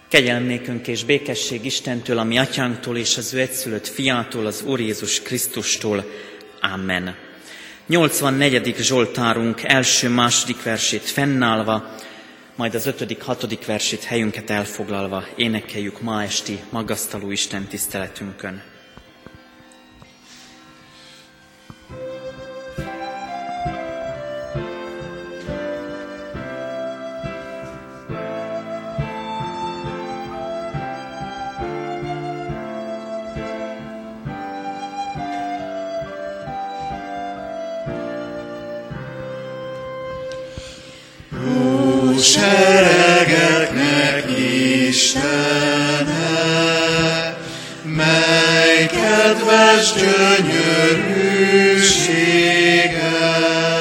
Kegyelem nékünk és békesség Istentől, a mi atyánktól és az ő egyszülött fiától, az Úr Jézus Krisztustól. Amen. 84. Zsoltárunk első-második versét fennállva, majd az 5.-6. versét helyünket elfoglalva énekeljük ma esti magasztaló Isten tiszteletünkön. Seregeknek Istene, mely kedves gyönyörűsége,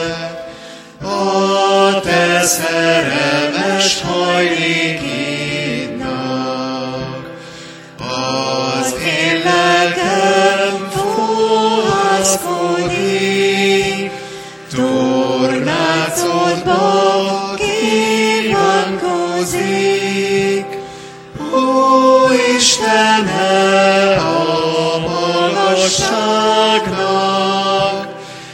a te szerelmes hajlékidnak, az én lelkem fohászkodik, tornácodban ó Istene, a magasságnak,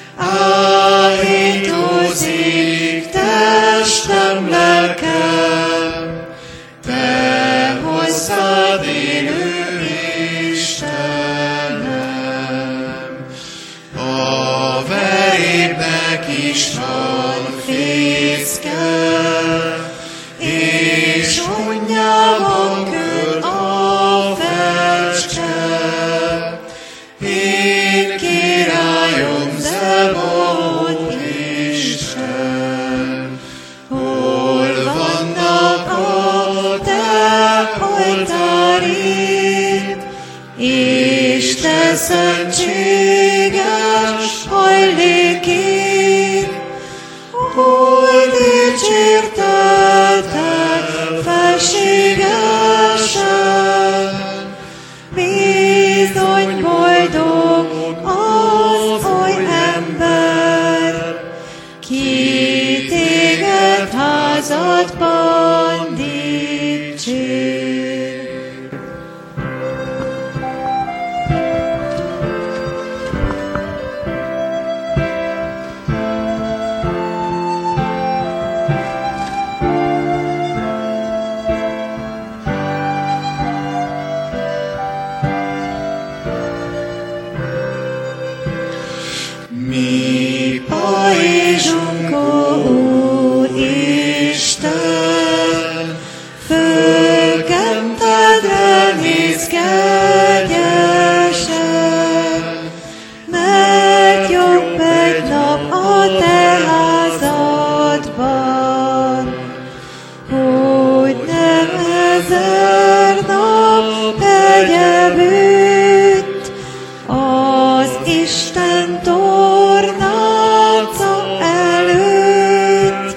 áhítozik testem, lelkem, te hozzád élő Istenem. A verébnek is van fészke, és honnyában költ a fecske. Én királyom, Zebaoth Isten, hol vannak a te oltárid, és te szentséges hajlékid, hol dicsértetek felségesen, bizony boldog az oly ember, ki téged házadban dicsér. Mi pajzsunk, ó Úristen, fölkentedre néz kegyesen, mert jobb egy nap a te házadban, hogy nem 1000 nap egyebütt az Isten tornáca előtt.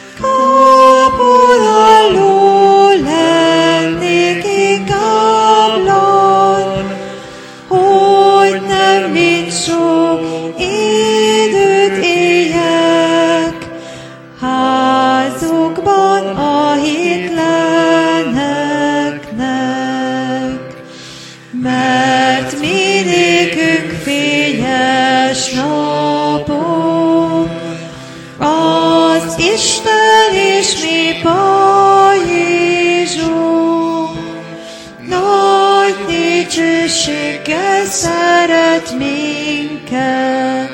Kápolalló lennék inkáblan, hogy nem mint sok időt éljek házukban a hitleneknek, mert mi nékünk fényes napom, az Isten és mi pajzsunk, nagy dicsőséggel szeret minket,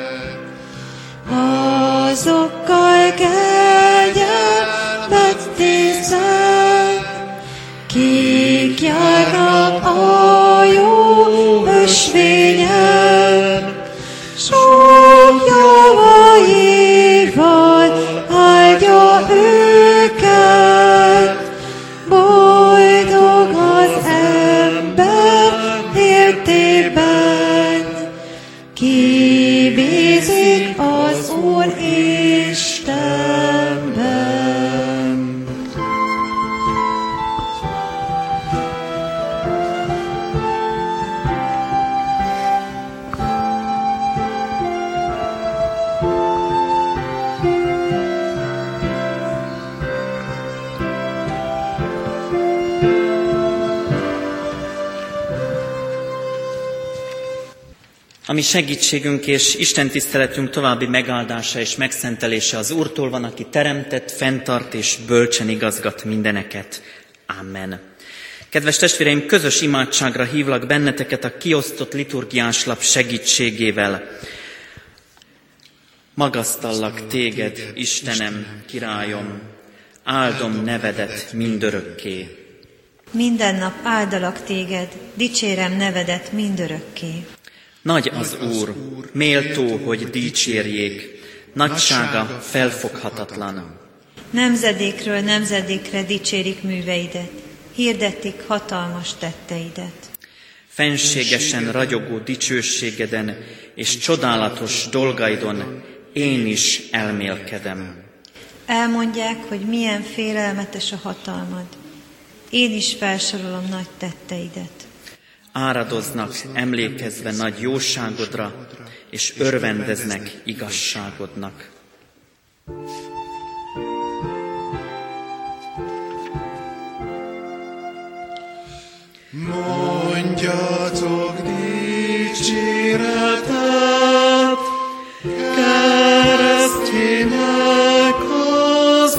azokkal kegyelmet tisztelt, kik járnak a jó ösvényen, sok javaival áldja őket. Boldog az ember életében, ki bízik az Úr Istenben. Ami segítségünk és Isten tiszteletünk további megáldása és megszentelése az Úrtól van, aki teremtett, fenntart és bölcsen igazgat mindeneket. Amen. Kedves testvéreim, közös imádságra hívlak benneteket a kiosztott liturgiás lap segítségével. Magasztallak téged, Istenem, királyom, áldom nevedet mindörökké. Minden nap áldalak téged, dicsérem nevedet mindörökké. Nagy az Úr, méltó, hogy dicsérjék, nagysága felfoghatatlan. Nemzedékről nemzedékre dicsérik műveidet, hirdetik hatalmas tetteidet. Fenségesen ragyogó dicsőségeden és csodálatos dolgaidon én is elmélkedem. Elmondják, hogy milyen félelmetes a hatalmad. Én is felsorolom nagy tetteidet. Áradoznak emlékezve nagy jóságodra, és örvendeznek igazságodnak. Mondjatok dicséretet, keresztjének az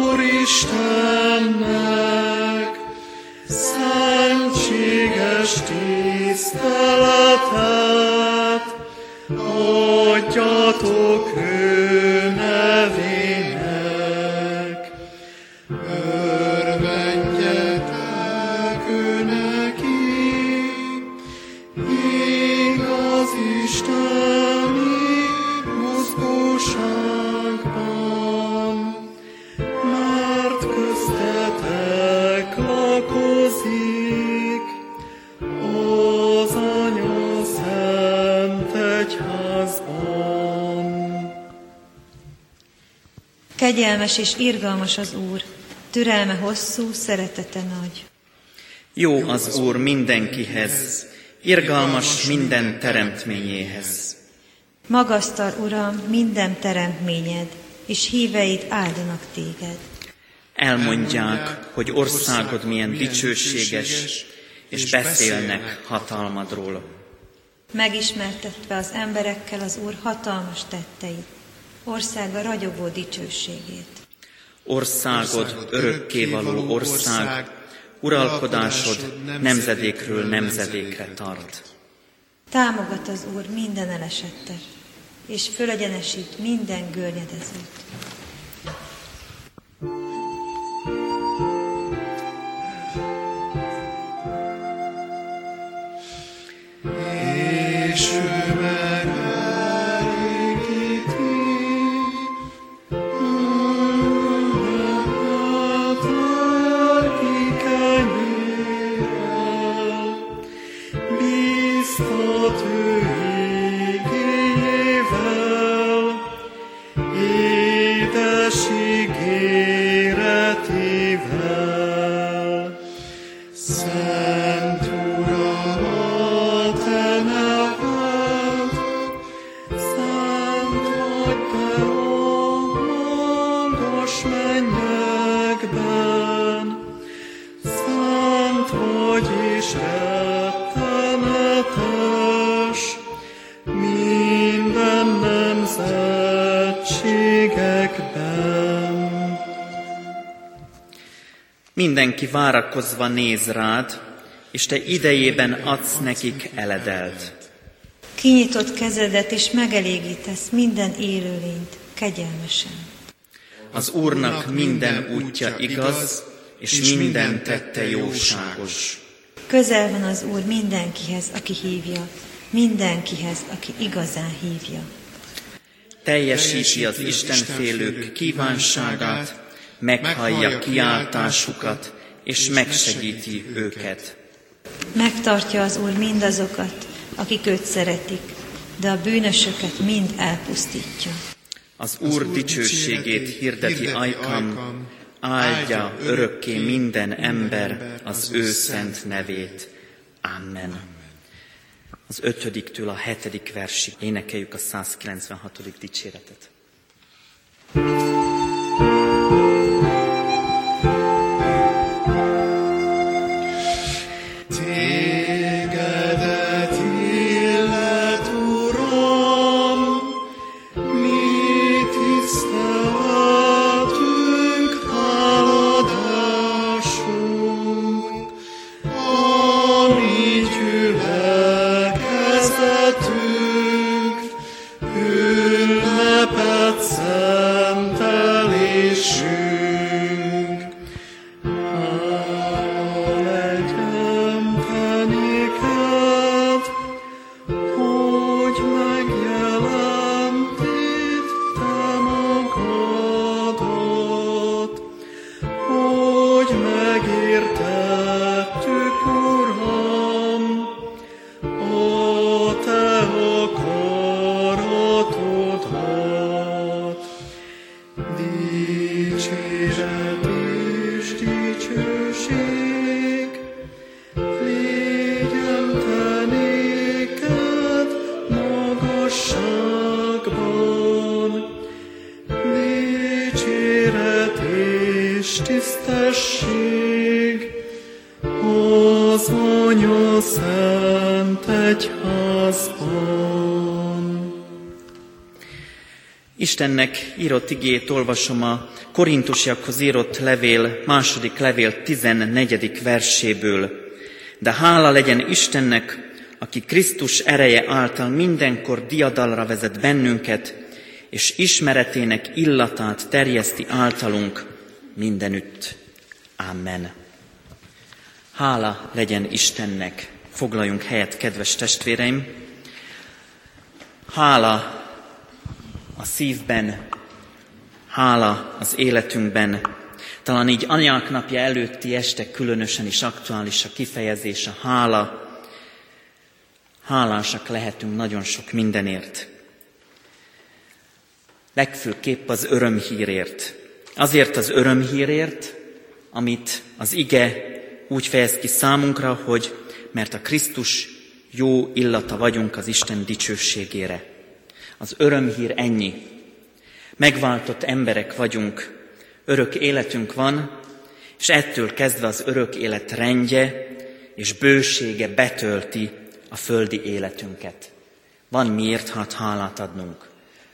Úristennek, szentséges tiszteletet adjatok ő nevének. Örvendjetek ő neki, igaz isteni mozgóságban, mert köztetek lakozik az Anya szent egyházban. Kegyelmes és irgalmas az Úr, türelme hosszú, szeretete nagy. Jó az Úr mindenkihez, irgalmas minden teremtményéhez. Magasztal, Uram, minden teremtményed, és híveid áldanak téged. Elmondják, hogy országod milyen dicsőséges, és beszélnek hatalmadról. Megismertetve az emberekkel az Úr hatalmas tetteit, országa ragyogó dicsőségét. Országod örökkévaló ország, uralkodásod nemzedékről nemzedékre tart. Támogat az Úr minden elesettet, és fölegyenesít minden görnyedezőt. És ő megelégíti igényével, bíztat ő igéjével, édes ígéretével. Szent Uram, a te neved, szent vagy te a magas mennyekben, szent vagy és rettenetes minden nemzetségekben. Mindenki várakozva néz rád, és te idejében adsz nekik eledelt. Kinyitott kezedet, és megelégítesz minden élőlényt kegyelmesen. Az Úrnak minden útja igaz, és minden tette jóságos. Közel van az Úr mindenkihez, aki hívja, mindenkihez, aki igazán hívja. Teljesíti az istenfélők kívánságát, meghallja kiáltásukat, és megsegíti őket. Megtartja az Úr mindazokat, akik őt szeretik, de a bűnösöket mind elpusztítja. Az Úr dicsőségét hirdeti ajkam, áldja örökké minden ember az ő szent nevét. Amen. Az 5-től a 7. versig énekeljük a 196. dicséretet. Tégedet illet, Uram, az Anya Szent Egyházban. Istennek írott igét olvasom a Korintusiakhoz írott levél, második levél 14. verséből. De hála legyen Istennek, aki Krisztus ereje által mindenkor diadalra vezet bennünket, és ismeretének illatát terjeszti általunk mindenütt. Amen. Hála legyen Istennek. Foglaljunk helyet, kedves testvéreim. Hála a szívben, hála az életünkben. Talán így anyák napja előtti este különösen is aktuális a kifejezés, a hála. Hálásak lehetünk nagyon sok mindenért. Legfőképp az örömhírért. Azért az örömhírért, amit az ige úgy fejez ki számunkra, hogy mert a Krisztus jó illata vagyunk az Isten dicsőségére. Az örömhír ennyi. Megváltott emberek vagyunk, örök életünk van, és ettől kezdve az örök élet rendje és bősége betölti a földi életünket. Van miért hálát adnunk.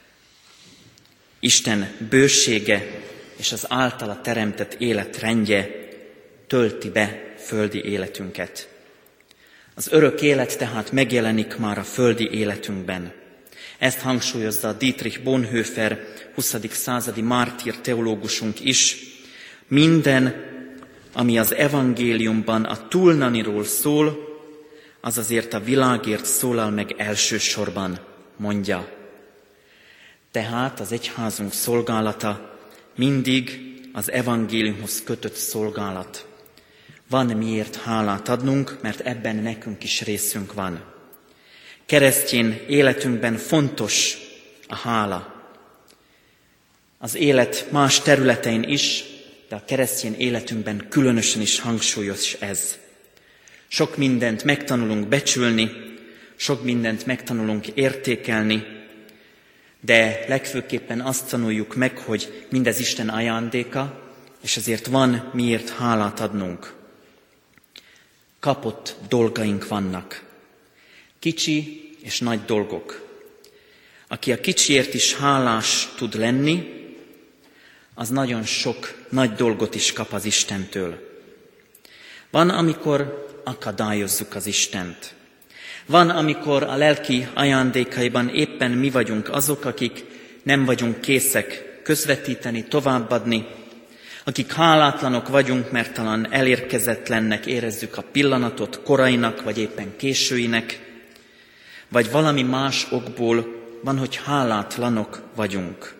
Isten bősége és az általa teremtett élet rendje tölti be földi életünket. Az örök élet tehát megjelenik már a földi életünkben. Ezt hangsúlyozza a Dietrich Bonhoeffer, 20. századi mártír teológusunk is. Minden, ami az evangéliumban a túlnaniról szól, az azért a világért szólal meg elsősorban, mondja. Tehát az egyházunk szolgálata mindig az evangéliumhoz kötött szolgálat. Van miért hálát adnunk, mert ebben nekünk is részünk van. Keresztény életünkben fontos a hála. Az élet más területein is, de a keresztény életünkben különösen is hangsúlyos ez. Sok mindent megtanulunk becsülni, sok mindent megtanulunk értékelni, de legfőképpen azt tanuljuk meg, hogy mindez Isten ajándéka, és ezért van miért hálát adnunk. Kapott dolgaink vannak. Kicsi és nagy dolgok. Aki a kicsiért is hálás tud lenni, az nagyon sok nagy dolgot is kap az Istentől. Van, amikor akadályozzuk az Istent. Van, amikor a lelki ajándékaiban éppen mi vagyunk azok, akik nem vagyunk készek közvetíteni, továbbadni, akik hálátlanok vagyunk, mert talán elérkezetlennek érezzük a pillanatot, korainak, vagy éppen későinek, vagy valami más okból van, hogy hálátlanok vagyunk.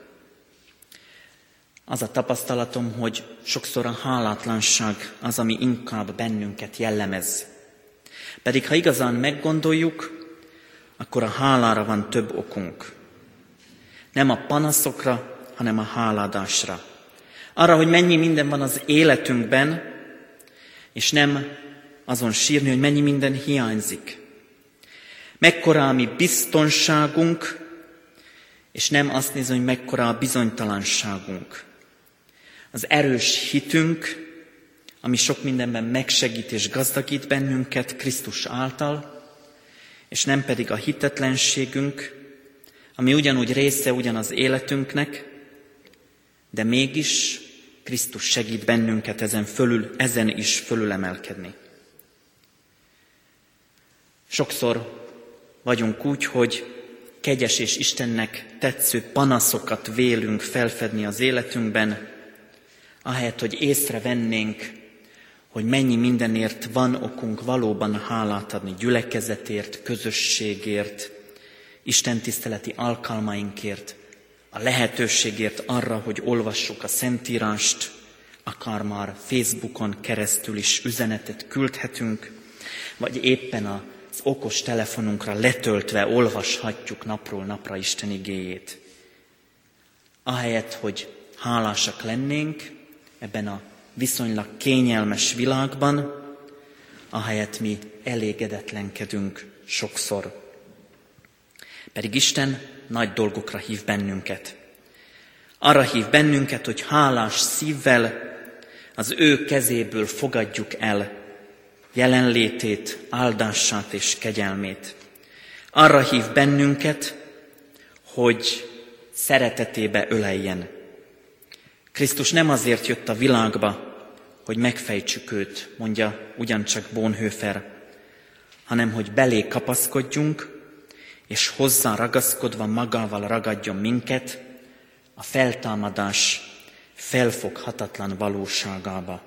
Az a tapasztalatom, hogy sokszor a hálátlanság az, ami inkább bennünket jellemez. Pedig ha igazán meggondoljuk, akkor a hálára van több okunk. Nem a panaszokra, hanem a háládásra. Arra, hogy mennyi minden van az életünkben, és nem azon sírni, hogy mennyi minden hiányzik. Mekkora a mi biztonságunk, és nem azt nézni, hogy mekkora a bizonytalanságunk. Az erős hitünk, ami sok mindenben megsegít és gazdagít bennünket Krisztus által, és nem pedig a hitetlenségünk, ami ugyanúgy része ugyanaz életünknek, de mégis Krisztus segít bennünket ezen is fölülemelkedni. Sokszor vagyunk úgy, hogy kegyes és Istennek tetsző panaszokat vélünk felfedni az életünkben, ahelyett, hogy észrevennénk, hogy mennyi mindenért van okunk valóban hálát adni, gyülekezetért, közösségért, istentiszteleti alkalmainkért, a lehetőségért arra, hogy olvassuk a Szentírást, akár már Facebookon keresztül is üzenetet küldhetünk, vagy éppen az okos telefonunkra letöltve olvashatjuk napról napra Isten igéjét. Ahelyett, hogy hálásak lennénk ebben a viszonylag kényelmes világban, ahelyett mi elégedetlenkedünk sokszor. Pedig Isten nagy dolgokra hív bennünket. Arra hív bennünket, hogy hálás szívvel az ő kezéből fogadjuk el jelenlétét, áldását és kegyelmét. Arra hív bennünket, hogy szeretetébe öleljen. Krisztus nem azért jött a világba, hogy megfejtsük őt, mondja ugyancsak Bonhoeffer, hanem hogy belé kapaszkodjunk, és hozzá ragaszkodva magával ragadjon minket a feltámadás felfoghatatlan valóságába.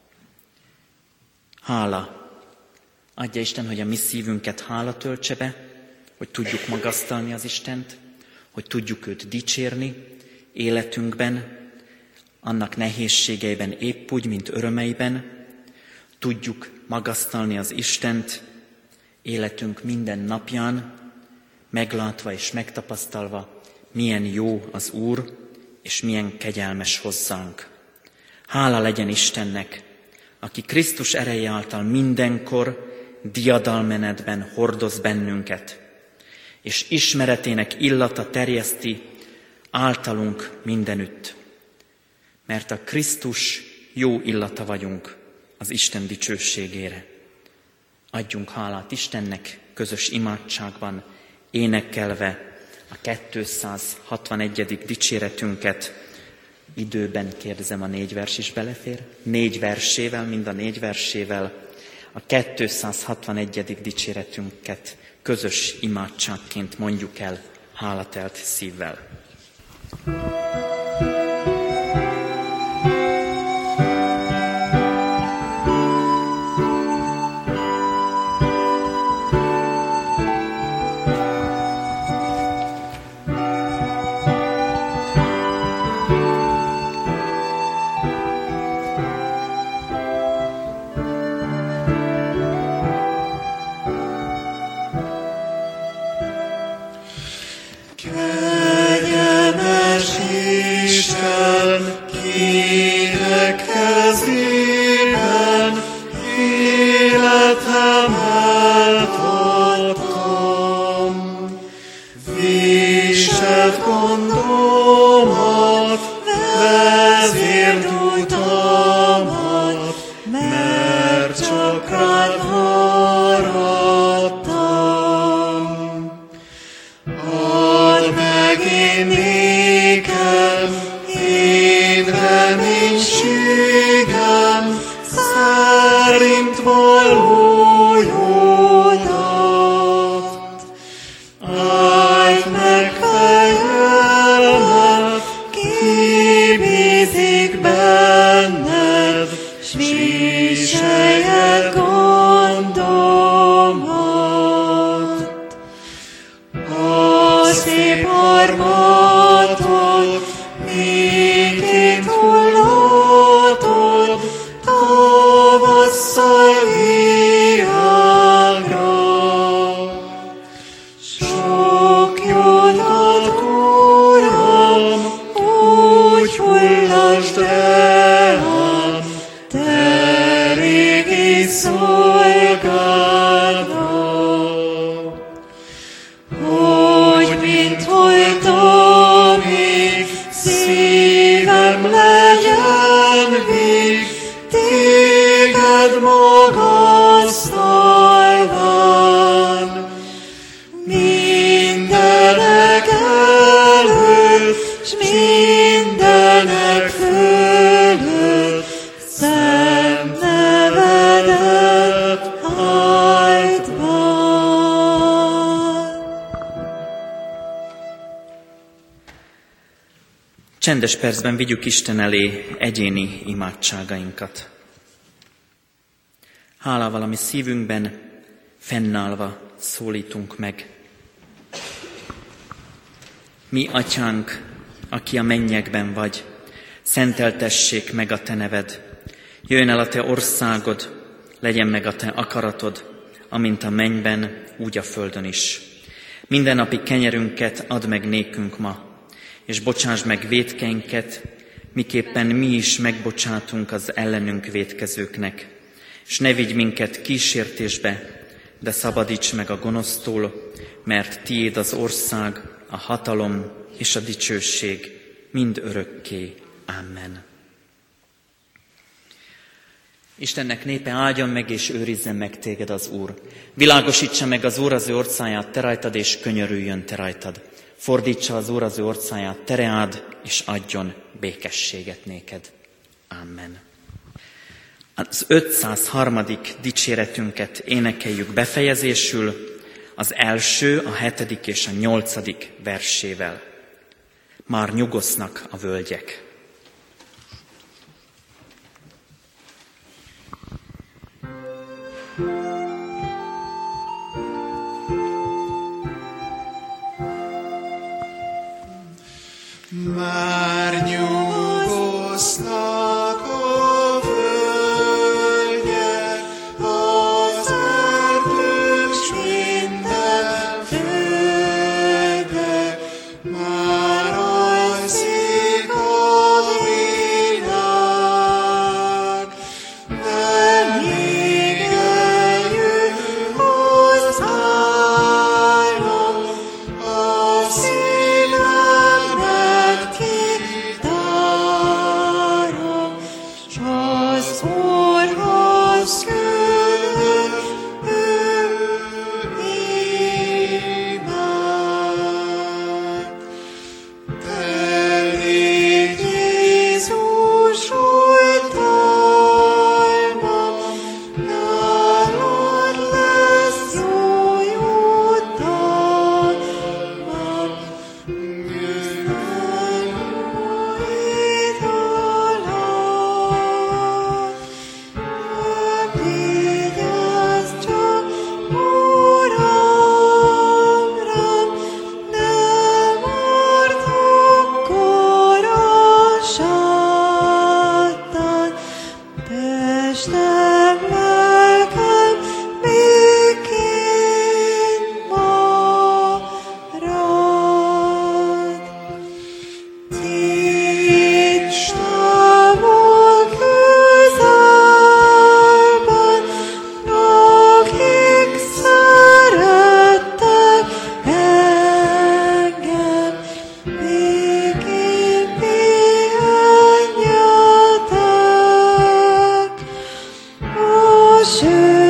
Hála! Adja Isten, hogy a mi szívünket hála töltse be, hogy tudjuk magasztalni az Istent, hogy tudjuk őt dicsérni életünkben, annak nehézségeiben épp úgy, mint örömeiben, tudjuk magasztalni az Istent életünk minden napján, meglátva és megtapasztalva, milyen jó az Úr, és milyen kegyelmes hozzánk. Hála legyen Istennek, aki Krisztus ereje által mindenkor diadalmenetben hordoz bennünket, és ismeretének illata terjeszti általunk mindenütt. Mert a Krisztus jó illata vagyunk az Isten dicsőségére. Adjunk hálát Istennek közös imádságban, énekelve a 261. dicséretünket. Időben kérdezem, a 4 vers is belefér? 4 versével, mind a 4 versével a 261. dicséretünket közös imádságként mondjuk el hálatelt szívvel. Csendes percben vigyük Isten elé egyéni imádságainkat. Hálával a mi szívünkben fennállva szólítunk meg. Mi atyánk, aki a mennyekben vagy, szenteltessék meg a te neved. Jöjjön el a te országod, legyen meg a te akaratod, amint a mennyben, úgy a földön is. Mindennapi kenyerünket add meg nékünk ma, és bocsásd meg vétkeinket, miképpen mi is megbocsátunk az ellenünk vétkezőknek. És ne vigy minket kísértésbe, de szabadíts meg a gonosztól, mert tiéd az ország, a hatalom és a dicsőség mind örökké. Amen. Istennek népe, áldjon meg és őrizzen meg téged az Úr. Világosítsa meg az Úr az ő orcáját te rajtad, és könyörüljön te rajtad. Fordítsa az Úr az ő orcáját te reád, és adjon békességet néked. Amen. Az 503. dicséretünket énekeljük befejezésül, az első, a 7. és a 8. versével. Már nyugosznak a völgyek. Már nyugosznak a völgyek, az erdők s minden földek, már alszik a világ, de még eljön az álom, a szívemben kitárom, s az Úrhoz küldöm imát. Te légy Jézus oltárban, nálad lesz jó jutalmam. Győzöm újt alá, vigyázz csak Uramra, nem árt akkor a sátán, testem, lelkem békén marad. Nincs távol közelben, akik szerettek engem, békén pihenjetek a